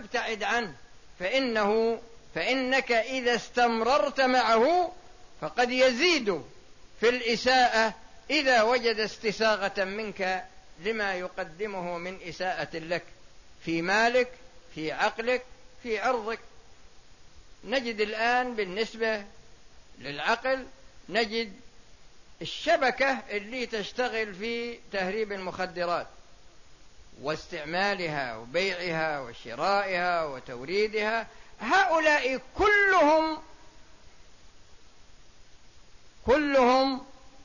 فابتعد عنه، فإنك إذا استمررت معه فقد يزيد في الإساءة إذا وجد استساغة منك لما يقدمه من إساءة لك في مالك، في عقلك، في عرضك. نجد الآن بالنسبة للعقل نجد الشبكة اللي تشتغل في تهريب المخدرات واستعمالها وبيعها وشرائها وتوريدها، هؤلاء كلهم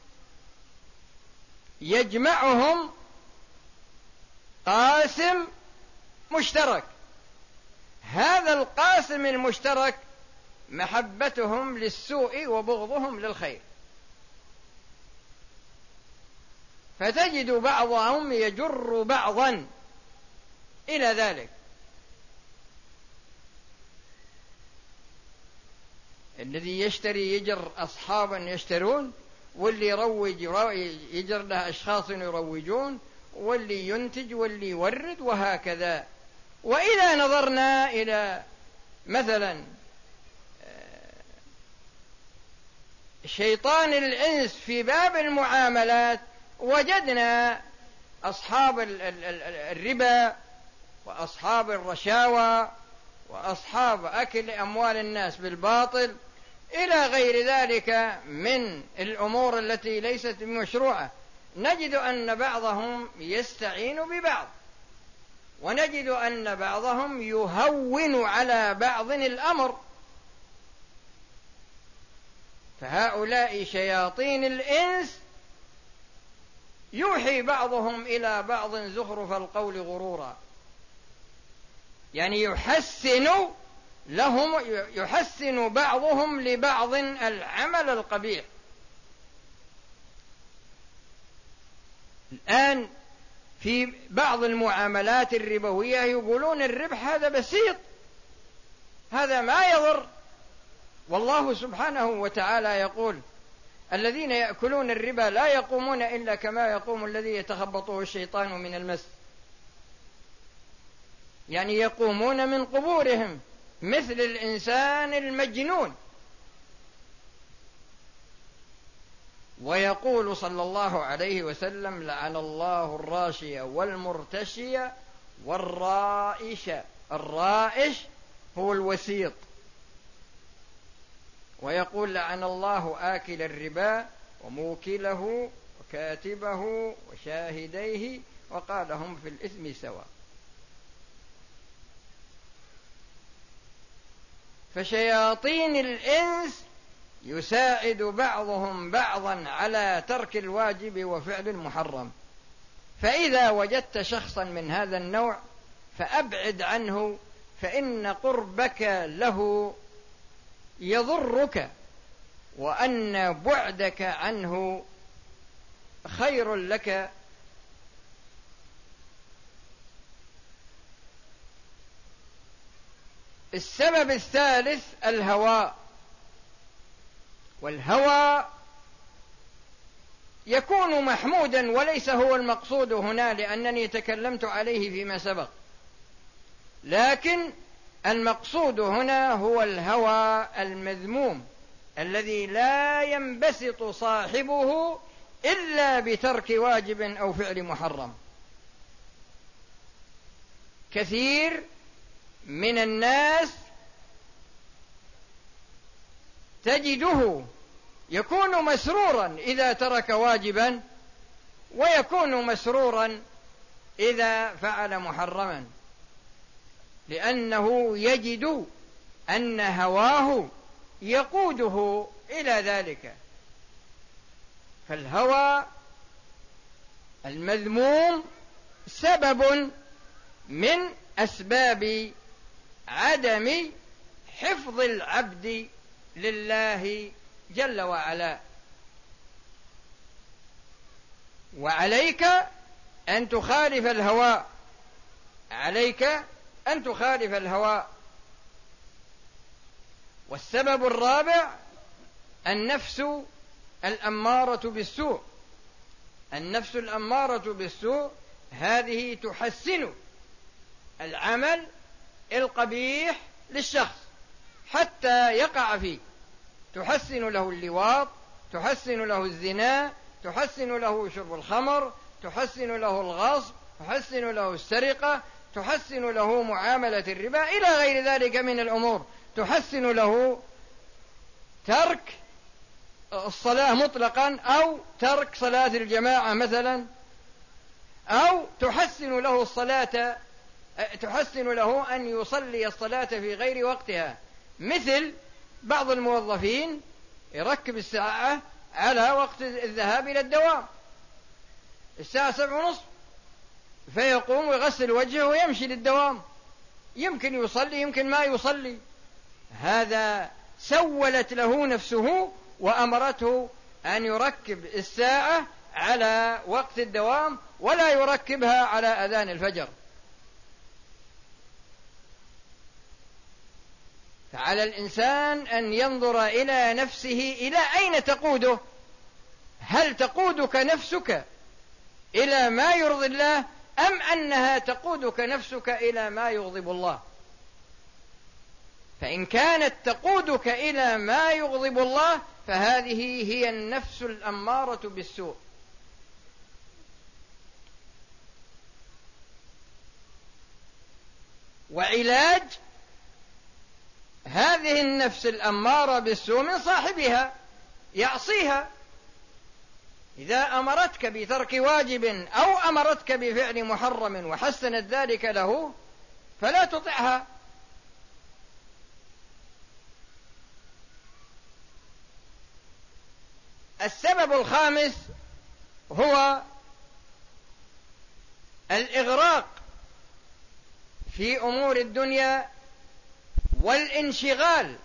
يجمعهم قاسم مشترك. هذا القاسم المشترك محبتهم للسوء وبغضهم للخير، فتجد بعضهم يجر بعضا إلى ذلك. الذي يشتري يجر أصحابا يشترون، واللي يروج يجر له أشخاص يروجون، واللي ينتج واللي يورد، وهكذا. وإذا نظرنا إلى مثلا شيطان الإنس في باب المعاملات، وجدنا أصحاب الربا وأصحاب الرشاوى وأصحاب أكل أموال الناس بالباطل إلى غير ذلك من الأمور التي ليست مشروعة، نجد أن بعضهم يستعين ببعض، ونجد أن بعضهم يهون على بعض الأمر. فهؤلاء شياطين الإنس يوحي بعضهم إلى بعض زخرف القول غرورا، يعني يحسن بعضهم لبعض العمل القبيح. الآن في بعض المعاملات الربوية يقولون الربح هذا بسيط، هذا ما يضر، والله سبحانه وتعالى يقول: الذين يأكلون الربا لا يقومون إلا كما يقوم الذي يتخبطه الشيطان من المس، يعني يقومون من قبورهم مثل الإنسان المجنون. ويقول صلى الله عليه وسلم: لعن الله الراشي والمرتشي والرائش. الرائش هو الوسيط. ويقول: لعن الله آكل الربا وموكله وكاتبه وشاهديه وقال: هم في الإثم سواء. فشياطين الإنس يساعد بعضهم بعضا على ترك الواجب وفعل المحرم. فإذا وجدت شخصا من هذا النوع فأبعد عنه، فإن قربك له يضرك، وأن بعدك عنه خير لك. السبب الثالث الهوى. والهوى يكون محمودا وليس هو المقصود هنا، لأنني تكلمت عليه فيما سبق، لكن المقصود هنا هو الهوى المذموم الذي لا ينبسط صاحبه إلا بترك واجب أو فعل محرم. كثير من الناس تجده يكون مسرورا إذا ترك واجبا، ويكون مسرورا إذا فعل محرما، لأنه يجد أن هواه يقوده إلى ذلك. فالهوى المذموم سبب من أسباب عدم حفظ العبد لله جل وعلا. وعليك أن تخالف الهوى، عليك أن تخالف الهوى. والسبب الرابع النفس الأمارة بالسوء. النفس الأمارة بالسوء هذه تحسن العمل القبيح للشخص حتى يقع فيه، تحسن له اللواط، تحسن له الزنا، تحسن له شرب الخمر، تحسن له الغصب، تحسن له السرقة، تحسن له معاملة الربا إلى غير ذلك من الأمور، تحسن له ترك الصلاة مطلقا أو ترك صلاة الجماعة مثلا، أو تحسن له الصلاة، تحسن له أن يصلي الصلاة في غير وقتها، مثل بعض الموظفين يركب الساعة على وقت الذهاب إلى الدوام، الساعة 7:30، فيقوم ويغسل وجهه ويمشي للدوام، يمكن يصلي يمكن ما يصلي، هذا سولت له نفسه وأمرته أن يركب الساعة على وقت الدوام ولا يركبها على أذان الفجر. فعلى الإنسان أن ينظر إلى نفسه إلى أين تقوده، هل تقودك نفسك إلى ما يرضي الله أم أنها تقودك نفسك إلى ما يغضب الله؟ فإن كانت تقودك إلى ما يغضب الله فهذه هي النفس الأمارة بالسوء. وعلاج هذه النفس الأمارة بالسوء من صاحبها، يعصيها، إذا أمرتك بترك واجب أو أمرتك بفعل محرم وحسنت ذلك له فلا تطعها. السبب الخامس هو الإغراق في أمور الدنيا والانشغال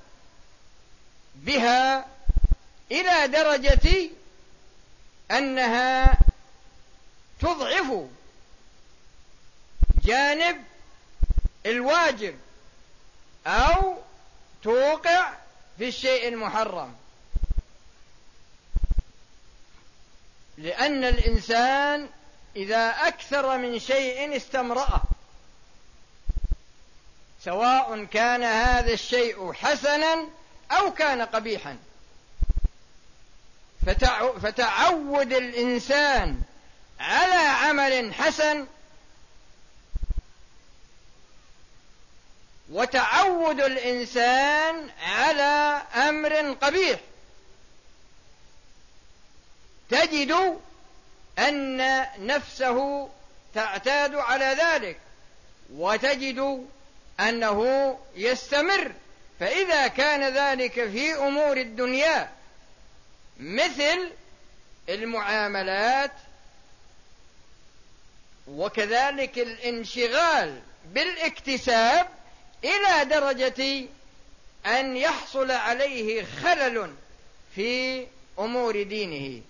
بها إلى درجة أنها تضعف جانب الواجب أو توقع في الشيء المحرم، لأن الإنسان إذا أكثر من شيء استمرأه، سواء كان هذا الشيء حسنا أو كان قبيحا، فتعود الإنسان على عمل حسن وتعود الإنسان على أمر قبيح، تجد أن نفسه تعتاد على ذلك وتجد أنه يستمر. فإذا كان ذلك في أمور الدنيا مثل المعاملات وكذلك الانشغال بالاكتساب إلى درجة أن يحصل عليه خلل في أمور دينه،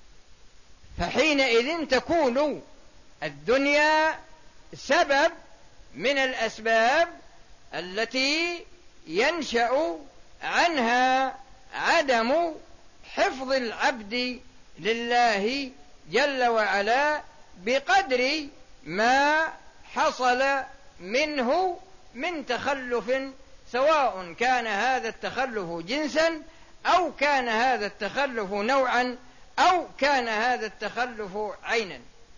فحينئذ تكون الدنيا سبب من الأسباب التي ينشأ عنها عدم حفظ العبد لله جل وعلا بقدر ما حصل منه من تخلف، سواء كان هذا التخلف جنسا أو كان هذا التخلف نوعا أو كان هذا التخلف عينا.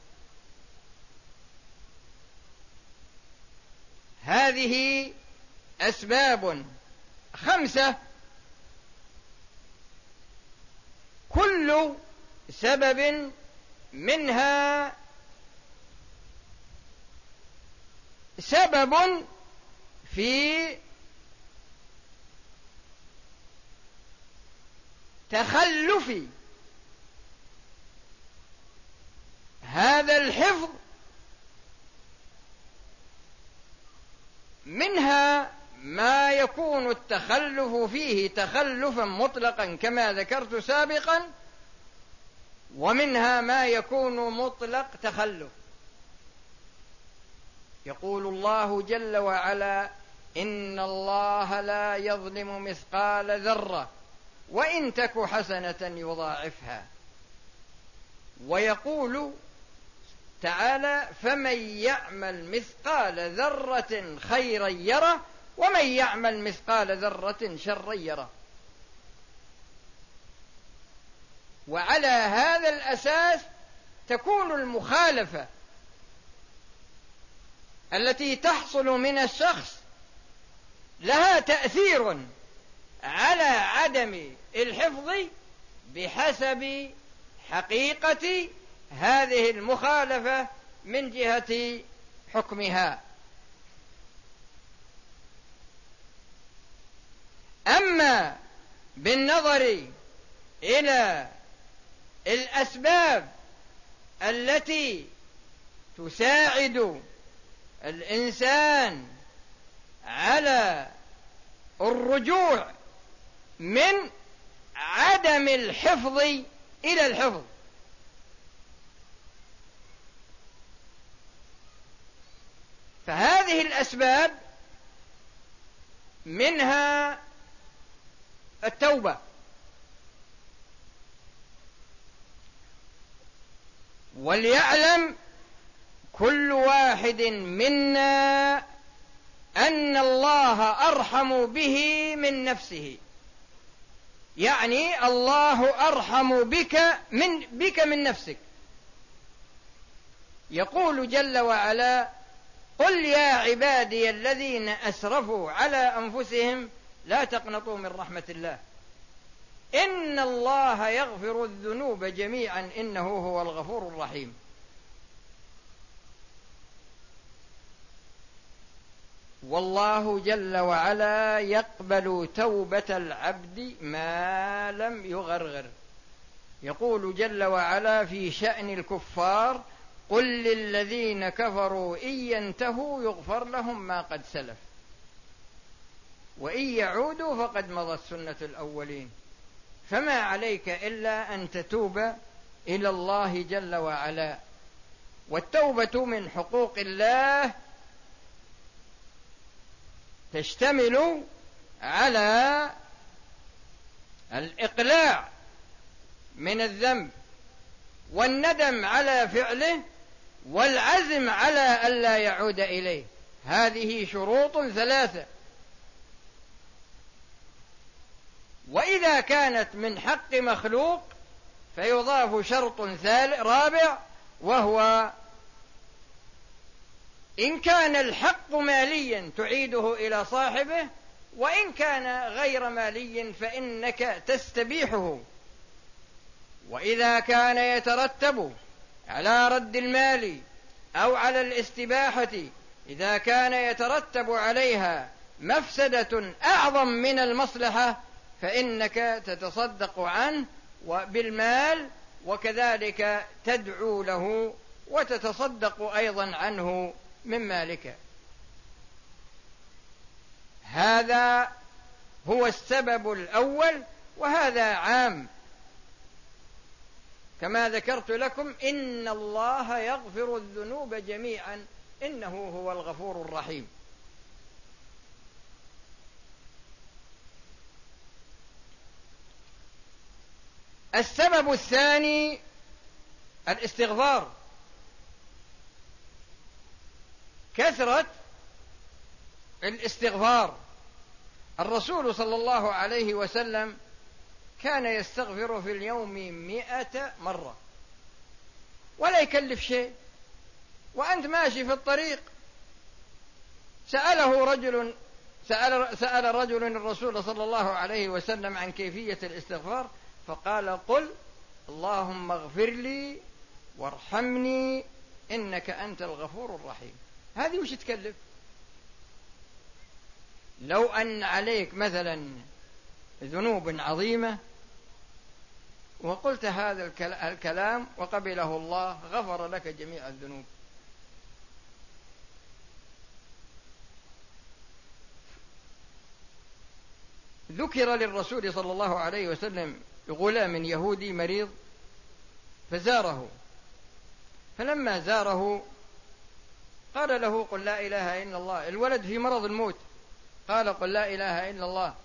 هذه أسباب 5 كل سبب منها سبب في تخلف هذا الحفظ، منها ما يكون التخلف فيه تخلفا مطلقا كما ذكرت سابقا، ومنها ما يكون مطلق تخلف. يقول الله جل وعلا: إن الله لا يظلم مثقال ذرة وإن تك حسنة يضاعفها. ويقول تعالى: فمن يعمل مثقال ذرة خيرا يره ومن يعمل مثقال ذرة شرا يره. وعلى هذا الأساس تكون المخالفة التي تحصل من الشخص لها تأثير على عدم الحفظ بحسب حقيقة هذه المخالفة من جهة حكمها. أما بالنظر إلى الأسباب التي تساعد الإنسان على الرجوع من عدم الحفظ إلى الحفظ، فهذه الأسباب منها التوبة، وليعلم كل واحد منا أن الله أرحم به من نفسه، يعني الله أرحم بك من نفسك. يقول جل وعلا: قل يا عبادي الذين أسرفوا على أنفسهم لا تقنطوا من رحمة الله إن الله يغفر الذنوب جميعا إنه هو الغفور الرحيم. والله جل وعلا يقبل توبة العبد ما لم يغرغر. يقول جل وعلا في شأن الكفار: قل للذين كفروا إن ينتهوا يغفر لهم ما قد سلف وإن يعودوا فقد مضت سنة الأولين. فما عليك إلا أن تتوب إلى الله جل وعلا. والتوبة من حقوق الله تشتمل على الإقلاع من الذنب والندم على فعله والعزم على ألا يعود إليه. هذه شروط ثلاثة. وإذا كانت من حق مخلوق فيضاف شرط رابع، وهو إن كان الحق ماليا تعيده إلى صاحبه، وإن كان غير مالي فإنك تستبيحه. وإذا كان يترتب على رد المال أو على الاستباحة، إذا كان يترتب عليها مفسدة أعظم من المصلحة فإنك تتصدق عنه بالمال، وكذلك تدعو له وتتصدق أيضا عنه من مالك. هذا هو السبب الأول، وهذا عام كما ذكرت لكم: إن الله يغفر الذنوب جميعا إنه هو الغفور الرحيم. السبب الثاني الاستغفار. كثرة الاستغفار. الرسول صلى الله عليه وسلم كان يستغفر في اليوم 100 مرة ولا يكلف شيء، وأنت ماشي في الطريق سأل رجل الرسول صلى الله عليه وسلم عن كيفية الاستغفار فقال: قل اللهم اغفر لي وارحمني إنك أنت الغفور الرحيم. هذه وش تكلف؟ لو أن عليك مثلا ذنوب عظيمة وقلت هذا الكلام وقبله الله غفر لك جميع الذنوب. ذكر للرسول صلى الله عليه وسلم غلام يهودي مريض فزاره، فلما زاره قال له: قل لا إله إلا الله. الولد في مرض الموت، قال: قل لا إله إلا الله.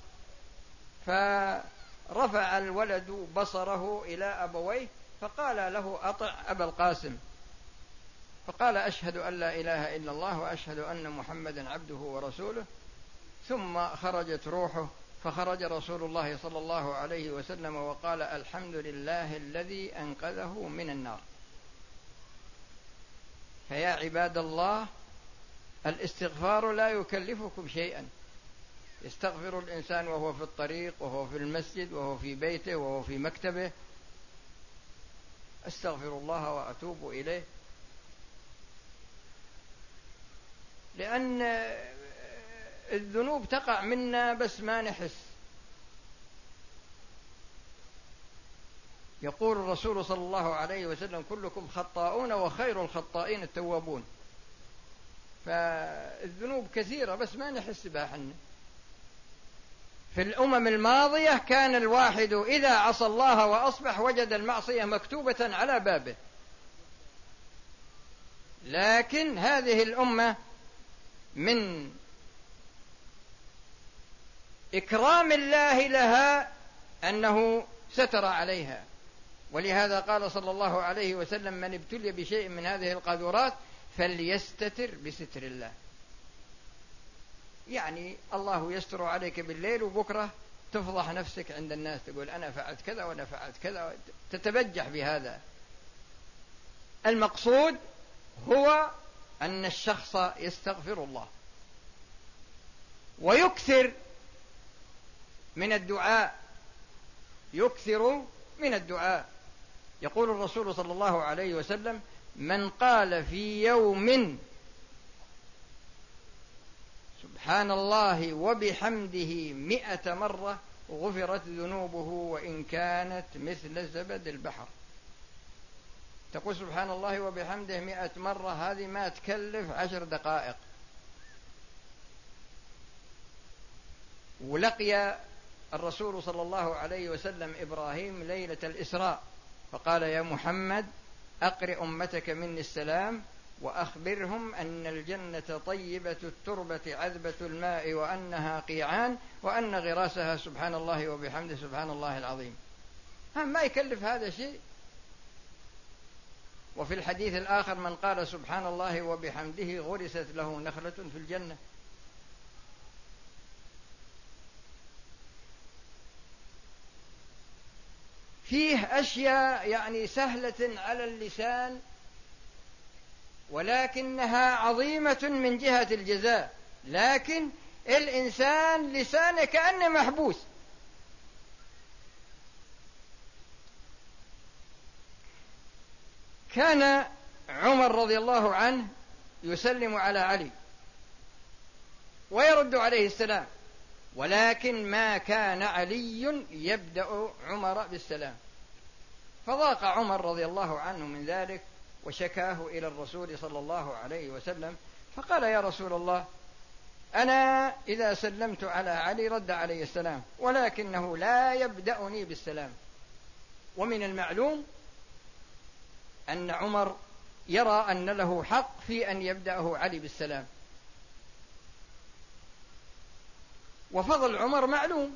فرفع الولد بصره إلى أبويه فقال له: أطع أبا القاسم. فقال أشهد أن لا إله إلا الله وأشهد أن محمدا عبده ورسوله، ثم خرجت روحه، فخرج رسول الله صلى الله عليه وسلم وقال الحمد لله الذي أنقذه من النار. فيا عباد الله، الاستغفار لا يكلفكم شيئا. يستغفر الإنسان وهو في الطريق، وهو في المسجد، وهو في بيته، وهو في مكتبه: أستغفر الله وأتوب إليه. لأن الذنوب تقع منا بس ما نحس. يقول الرسول صلى الله عليه وسلم: كلكم خطاؤون وخير الخطائين التوابون. فالذنوب كثيرة بس ما نحس بها حنا. في الأمم الماضية كان الواحد إذا عصى الله وأصبح وجد المعصية مكتوبة على بابه، لكن هذه الأمة من إكرام الله لها أنه ستر عليها. ولهذا قال صلى الله عليه وسلم: من ابتلي بشيء من هذه القاذورات فليستتر بستر الله. يعني الله يستر عليك بالليل، وبكرة تفضح نفسك عند الناس، تقول أنا فعلت كذا وأنا فعلت كذا، تتبجح بهذا. المقصود هو أن الشخص يستغفر الله ويكثر من الدعاء، يكثر من الدعاء. يقول الرسول صلى الله عليه وسلم: من قال في يوم سبحان الله وبحمده 100 مرة غفرت ذنوبه وإن كانت مثل زبد البحر. تقول سبحان الله وبحمده 100 مرة، هذه ما تكلف 10 دقائق. ولقي الرسول صلى الله عليه وسلم إبراهيم ليلة الإسراء، فقال: يا محمد أقرئ أمتك مني السلام وأخبرهم أن الجنة طيبة التربة عذبة الماء وأنها قيعان وأن غراسها سبحان الله وبحمده سبحان الله العظيم. ما يكلف هذا شيء. وفي الحديث الآخر: من قال سبحان الله وبحمده غرست له نخلة في الجنة. فيه أشياء يعني سهلة على اللسان ولكنها عظيمة من جهة الجزاء، لكن الإنسان لسانه كأنه محبوس. كان عمر رضي الله عنه يسلم على علي ويرد عليه السلام، ولكن ما كان علي يبدأ عمر بالسلام، فضاق عمر رضي الله عنه من ذلك وشكاه إلى الرسول صلى الله عليه وسلم، فقال: يا رسول الله، أنا إذا سلمت على علي رد علي السلام، ولكنه لا يبدأني بالسلام. ومن المعلوم أن عمر يرى أن له حق في أن يبدأه علي بالسلام، وفضل عمر معلوم.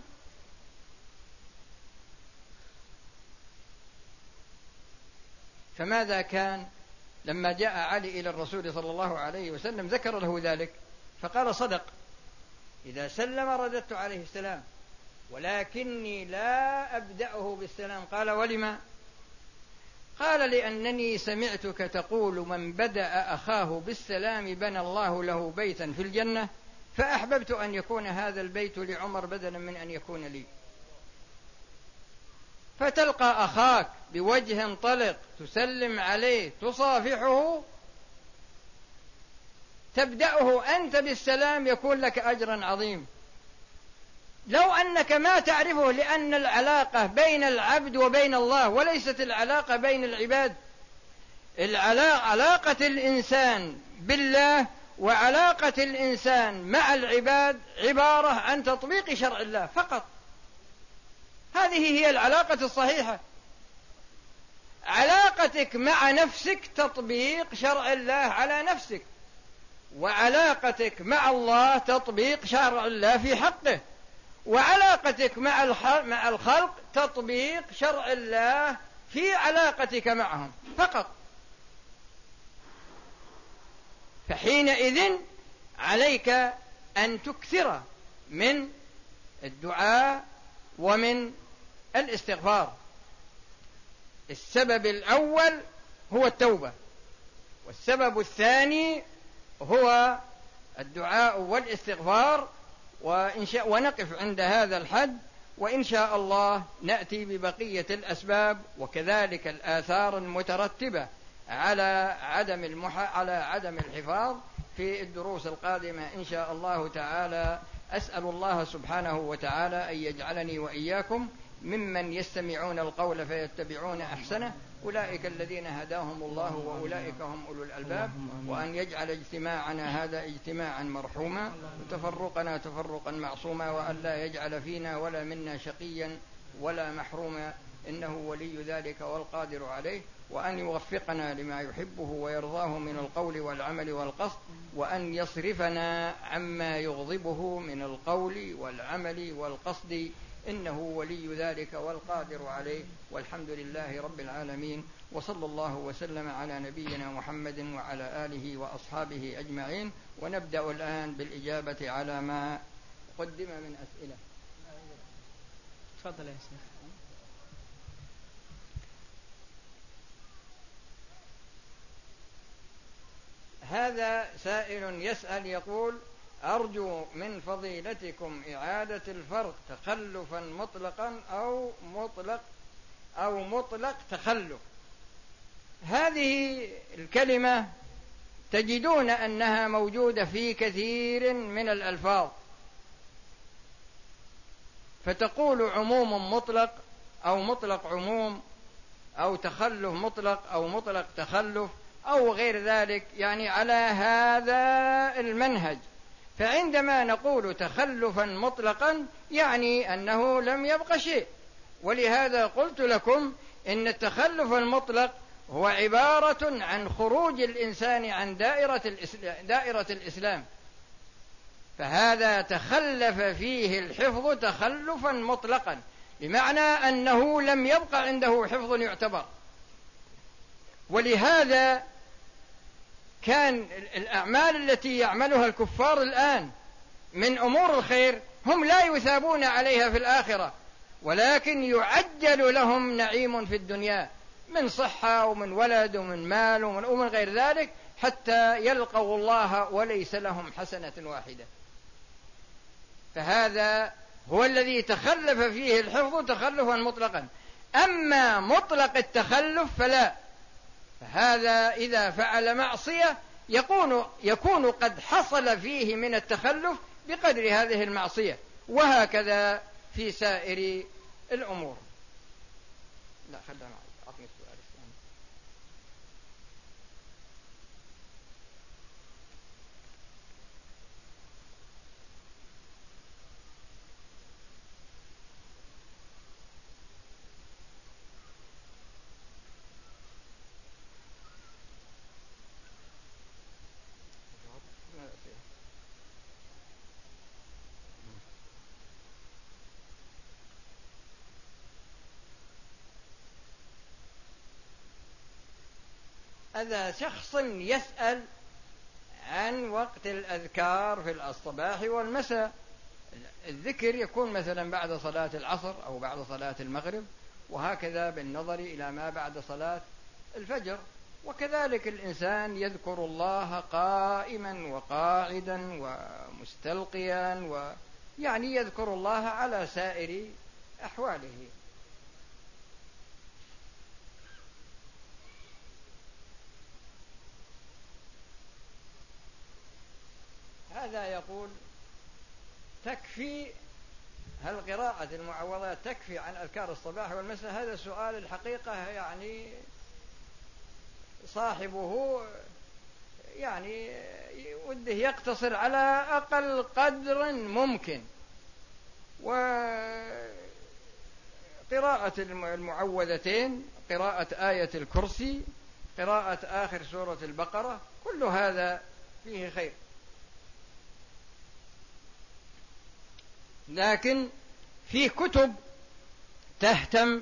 فماذا كان لما جاء علي إلى الرسول صلى الله عليه وسلم ذكر له ذلك، فقال: صدق، إذا سلم رددت عليه السلام، ولكني لا أبدأه بالسلام. قال: ولما؟ قال: لأنني سمعتك تقول من بدأ أخاه بالسلام بنى الله له بيتا في الجنة، فأحببت أن يكون هذا البيت لعمر بدلا من أن يكون لي. فتلقى أخاك بوجه طلق، تسلم عليه، تصافحه، تبدأه أنت بالسلام، يكون لك أجرا عظيم. لو أنك ما تعرفه، لأن العلاقة بين العبد وبين الله وليست العلاقة بين العباد. علاقة الإنسان بالله وعلاقة الإنسان مع العباد عبارة عن تطبيق شرع الله فقط. هذه هي العلاقة الصحيحة. علاقتك مع نفسك تطبيق شرع الله على نفسك، وعلاقتك مع الله تطبيق شرع الله في حقه، وعلاقتك مع الخلق تطبيق شرع الله في علاقتك معهم فقط. فحينئذ عليك أن تكثر من الدعاء ومن الاستغفار. السبب الأول هو التوبة، والسبب الثاني هو الدعاء والاستغفار. ونقف عند هذا الحد، وإن شاء الله نأتي ببقية الأسباب وكذلك الآثار المترتبة على عدم الحفاظ في الدروس القادمة إن شاء الله تعالى. أسأل الله سبحانه وتعالى أن يجعلني وإياكم ممن يستمعون القول فيتبعون أحسنه، أولئك الذين هداهم الله وأولئك هم أولو الألباب، وأن يجعل اجتماعنا هذا اجتماعا مرحوما وتفرقنا تفرقا معصوما، وأن لا يجعل فينا ولا منا شقيا ولا محروما، إنه ولي ذلك والقادر عليه، وأن يوفقنا لما يحبه ويرضاه من القول والعمل والقصد، وأن يصرفنا عما يغضبه من القول والعمل والقصد، إنه ولي ذلك والقادر عليه. والحمد لله رب العالمين، وصلى الله وسلم على نبينا محمد وعلى آله وأصحابه أجمعين. ونبدأ الآن بالإجابة على ما قدم من أسئلة. تفضل يا شيخ. هذا سائل يسأل يقول: أرجو من فضيلتكم إعادة الفرق تخلفا مطلقا أو مطلق تخلف. هذه الكلمة تجدون أنها موجودة في كثير من الألفاظ، فتقول عموم مطلق أو مطلق عموم أو تخلف مطلق أو مطلق تخلف أو غير ذلك، يعني على هذا المنهج. فعندما نقول تخلفا مطلقا يعني أنه لم يبق شيء، ولهذا قلت لكم إن التخلف المطلق هو عبارة عن خروج الإنسان عن دائرة الإسلام، فهذا تخلف فيه الحفظ تخلفا مطلقا، بمعنى أنه لم يبق عنده حفظ يعتبر. ولهذا كان الأعمال التي يعملها الكفار الآن من أمور الخير هم لا يثابون عليها في الآخرة، ولكن يعجل لهم نعيم في الدنيا من صحة ومن ولد ومن مال ومن غير ذلك، حتى يلقوا الله وليس لهم حسنة واحدة. فهذا هو الذي تخلف فيه الحفظ تخلفا مطلقا. أما مطلق التخلف فلا، فهذا إذا فعل معصية يكون قد حصل فيه من التخلف بقدر هذه المعصية، وهكذا في سائر الأمور. لا خلنا معي، أعطني السؤال الثاني. هذا شخص يسأل عن وقت الأذكار في الصباح والمساء. الذكر يكون مثلا بعد صلاة العصر أو بعد صلاة المغرب، وهكذا بالنظر إلى ما بعد صلاة الفجر. وكذلك الإنسان يذكر الله قائما وقاعدا ومستلقيا، ويعني يذكر الله على سائر أحواله. هذا يقول: تكفي هل قراءة المعوذات تكفي عن أذكار الصباح والمساء؟ هذا سؤال الحقيقة يعني صاحبه يعني وده يقتصر على أقل قدر ممكن، وقراءة المعوذتين، قراءة آية الكرسي، قراءة آخر سورة البقرة، كل هذا فيه خير. لكن في كتب تهتم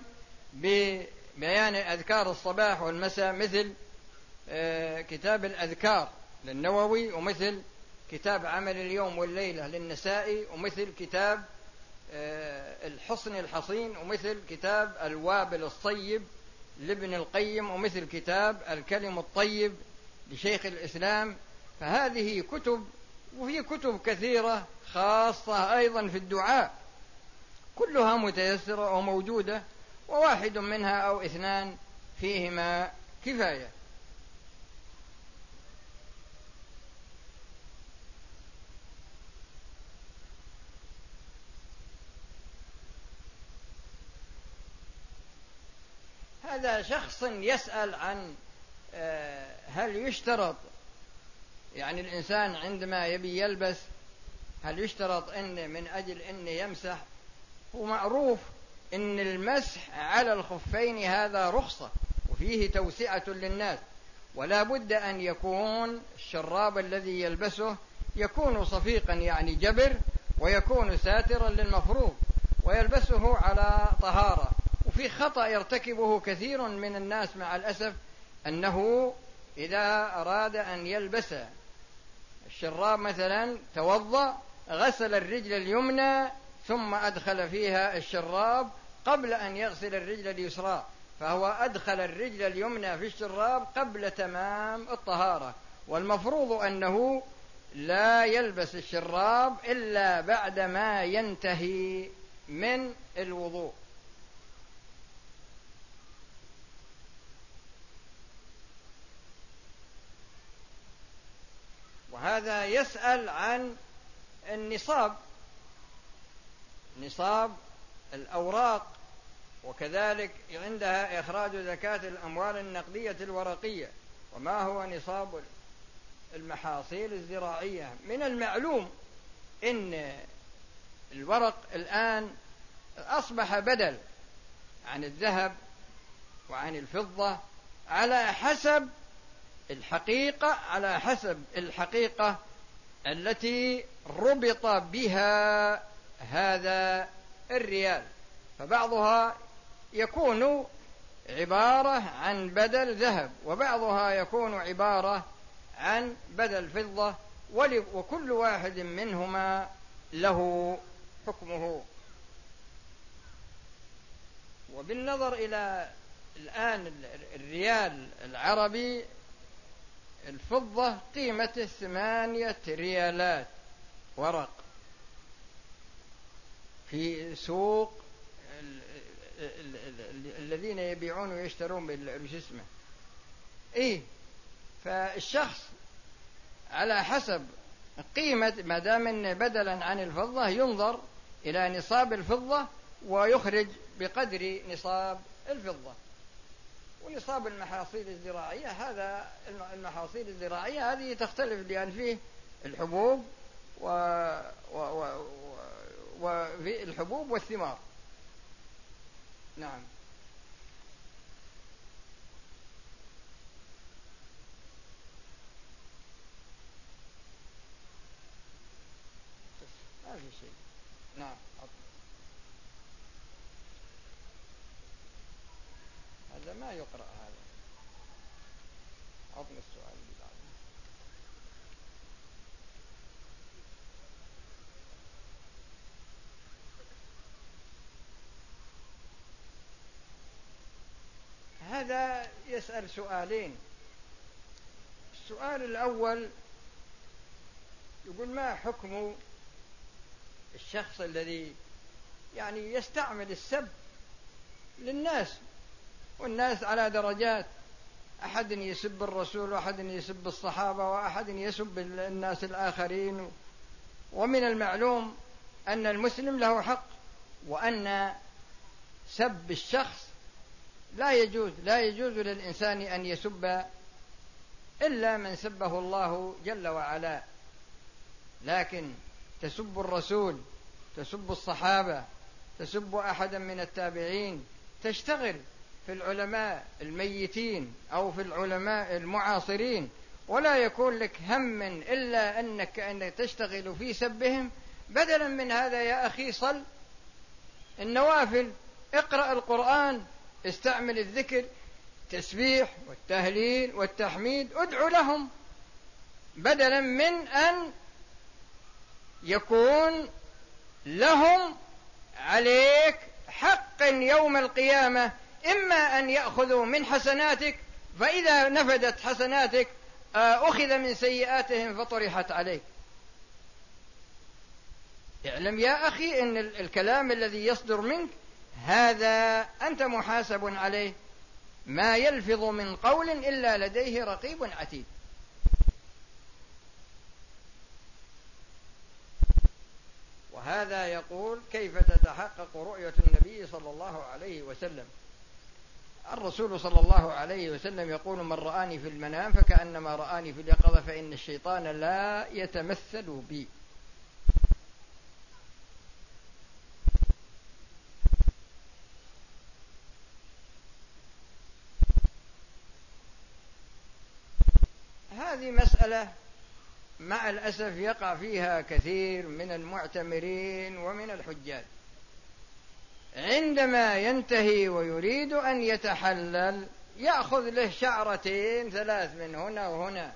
ببيان أذكار الصباح والمساء، مثل كتاب الأذكار للنووي، ومثل كتاب عمل اليوم والليلة للنسائي، ومثل كتاب الحصن الحصين، ومثل كتاب الوابل الصيب لابن القيم، ومثل كتاب الكلم الطيب لشيخ الإسلام. فهذه كتب، وفي كتب كثيرة خاصة أيضا في الدعاء، كلها متيسرة وموجودة، وواحد منها أو اثنان فيهما كفاية. هذا شخص يسأل عن هل يشترط، يعني الإنسان عندما يبي يلبس هل يشترط أن من أجل أن يمسح؟ هو معروف أن المسح على الخفين هذا رخصة وفيه توسعة للناس، ولا بد أن يكون الشراب الذي يلبسه يكون صفيقا يعني جبر، ويكون ساترا للمفروض، ويلبسه على طهارة. وفي خطأ يرتكبه كثير من الناس مع الأسف، أنه إذا أراد أن يلبس الشراب مثلا توضأ، غسل الرجل اليمنى ثم أدخل فيها الشراب قبل أن يغسل الرجل اليسرى، فهو أدخل الرجل اليمنى في الشراب قبل تمام الطهارة، والمفروض أنه لا يلبس الشراب إلا بعدما ينتهي من الوضوء. وهذا يسأل عن النصاب، نصاب الأوراق، وكذلك عندها إخراج زكاة الأموال النقدية الورقية، وما هو نصاب المحاصيل الزراعية. من المعلوم إن الورق الآن أصبح بدل عن الذهب وعن الفضة على حسب الحقيقة التي ربط بها هذا الريال، فبعضها يكون عبارة عن بدل ذهب، وبعضها يكون عبارة عن بدل فضة، وكل واحد منهما له حكمه. وبالنظر إلى الآن الريال العربي، الفضة قيمته 8 ريالات ورق في سوق الذين يبيعون ويشترون بالجسمة. فالشخص على حسب قيمة، ما دام بدلا عن الفضة ينظر إلى نصاب الفضة ويخرج بقدر نصاب الفضة. ونصاب المحاصيل الزراعية، هذا المحاصيل الزراعية هذه تختلف، لأن فيه الحبوب وفي الحبوب والثمار. نعم. ما في شيء. نعم. هذا ما يقرأ، هذا عطنا السؤال اللي بعده. هذا يسأل سؤالين. السؤال الأول يقول: ما حكم الشخص الذي يعني يستعمل السب للناس، والناس على درجات، أحد يسب الرسول، وأحد يسب الصحابة، وأحد يسب الناس الآخرين. ومن المعلوم أن المسلم له حق، وأن سب الشخص لا يجوز للإنسان أن يسب إلا من سبه الله جل وعلا. لكن تسب الرسول، تسب الصحابة، تسب أحدا من التابعين، تشتغل في العلماء الميتين أو في العلماء المعاصرين، ولا يكون لك هم إلا أنك تشتغل في سبهم. بدلا من هذا يا أخي صل النوافل، اقرأ القرآن، استعمل الذكر، تسبيح والتهليل والتحميد، ادعو لهم، بدلا من أن يكون لهم عليك حق يوم القيامة، إما أن يأخذوا من حسناتك، فإذا نفدت حسناتك أخذ من سيئاتهم فطرحت عليك. اعلم يا أخي أن الكلام الذي يصدر منك هذا أنت محاسب عليه، ما يلفظ من قول إلا لديه رقيب عتيد. وهذا يقول: كيف تتحقق رؤية النبي صلى الله عليه وسلم؟ الرسول صلى الله عليه وسلم يقول: من رآني في المنام فكأنما رآني في اليقظة، فإن الشيطان لا يتمثل بي. هذه مسألة مع الأسف يقع فيها كثير من المعتمرين ومن الحجاج، عندما ينتهي ويريد أن يتحلل يأخذ له شعرتين ثلاث من هنا وهنا،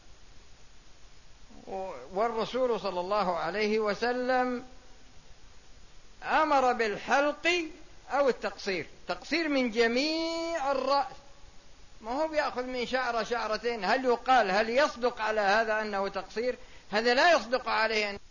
والرسول صلى الله عليه وسلم أمر بالحلق أو التقصير، تقصير من جميع الرأس، ما هو بيأخذ من شعرة شعرتين. هل يقال، هل يصدق على هذا أنه تقصير؟ هذا لا يصدق عليه.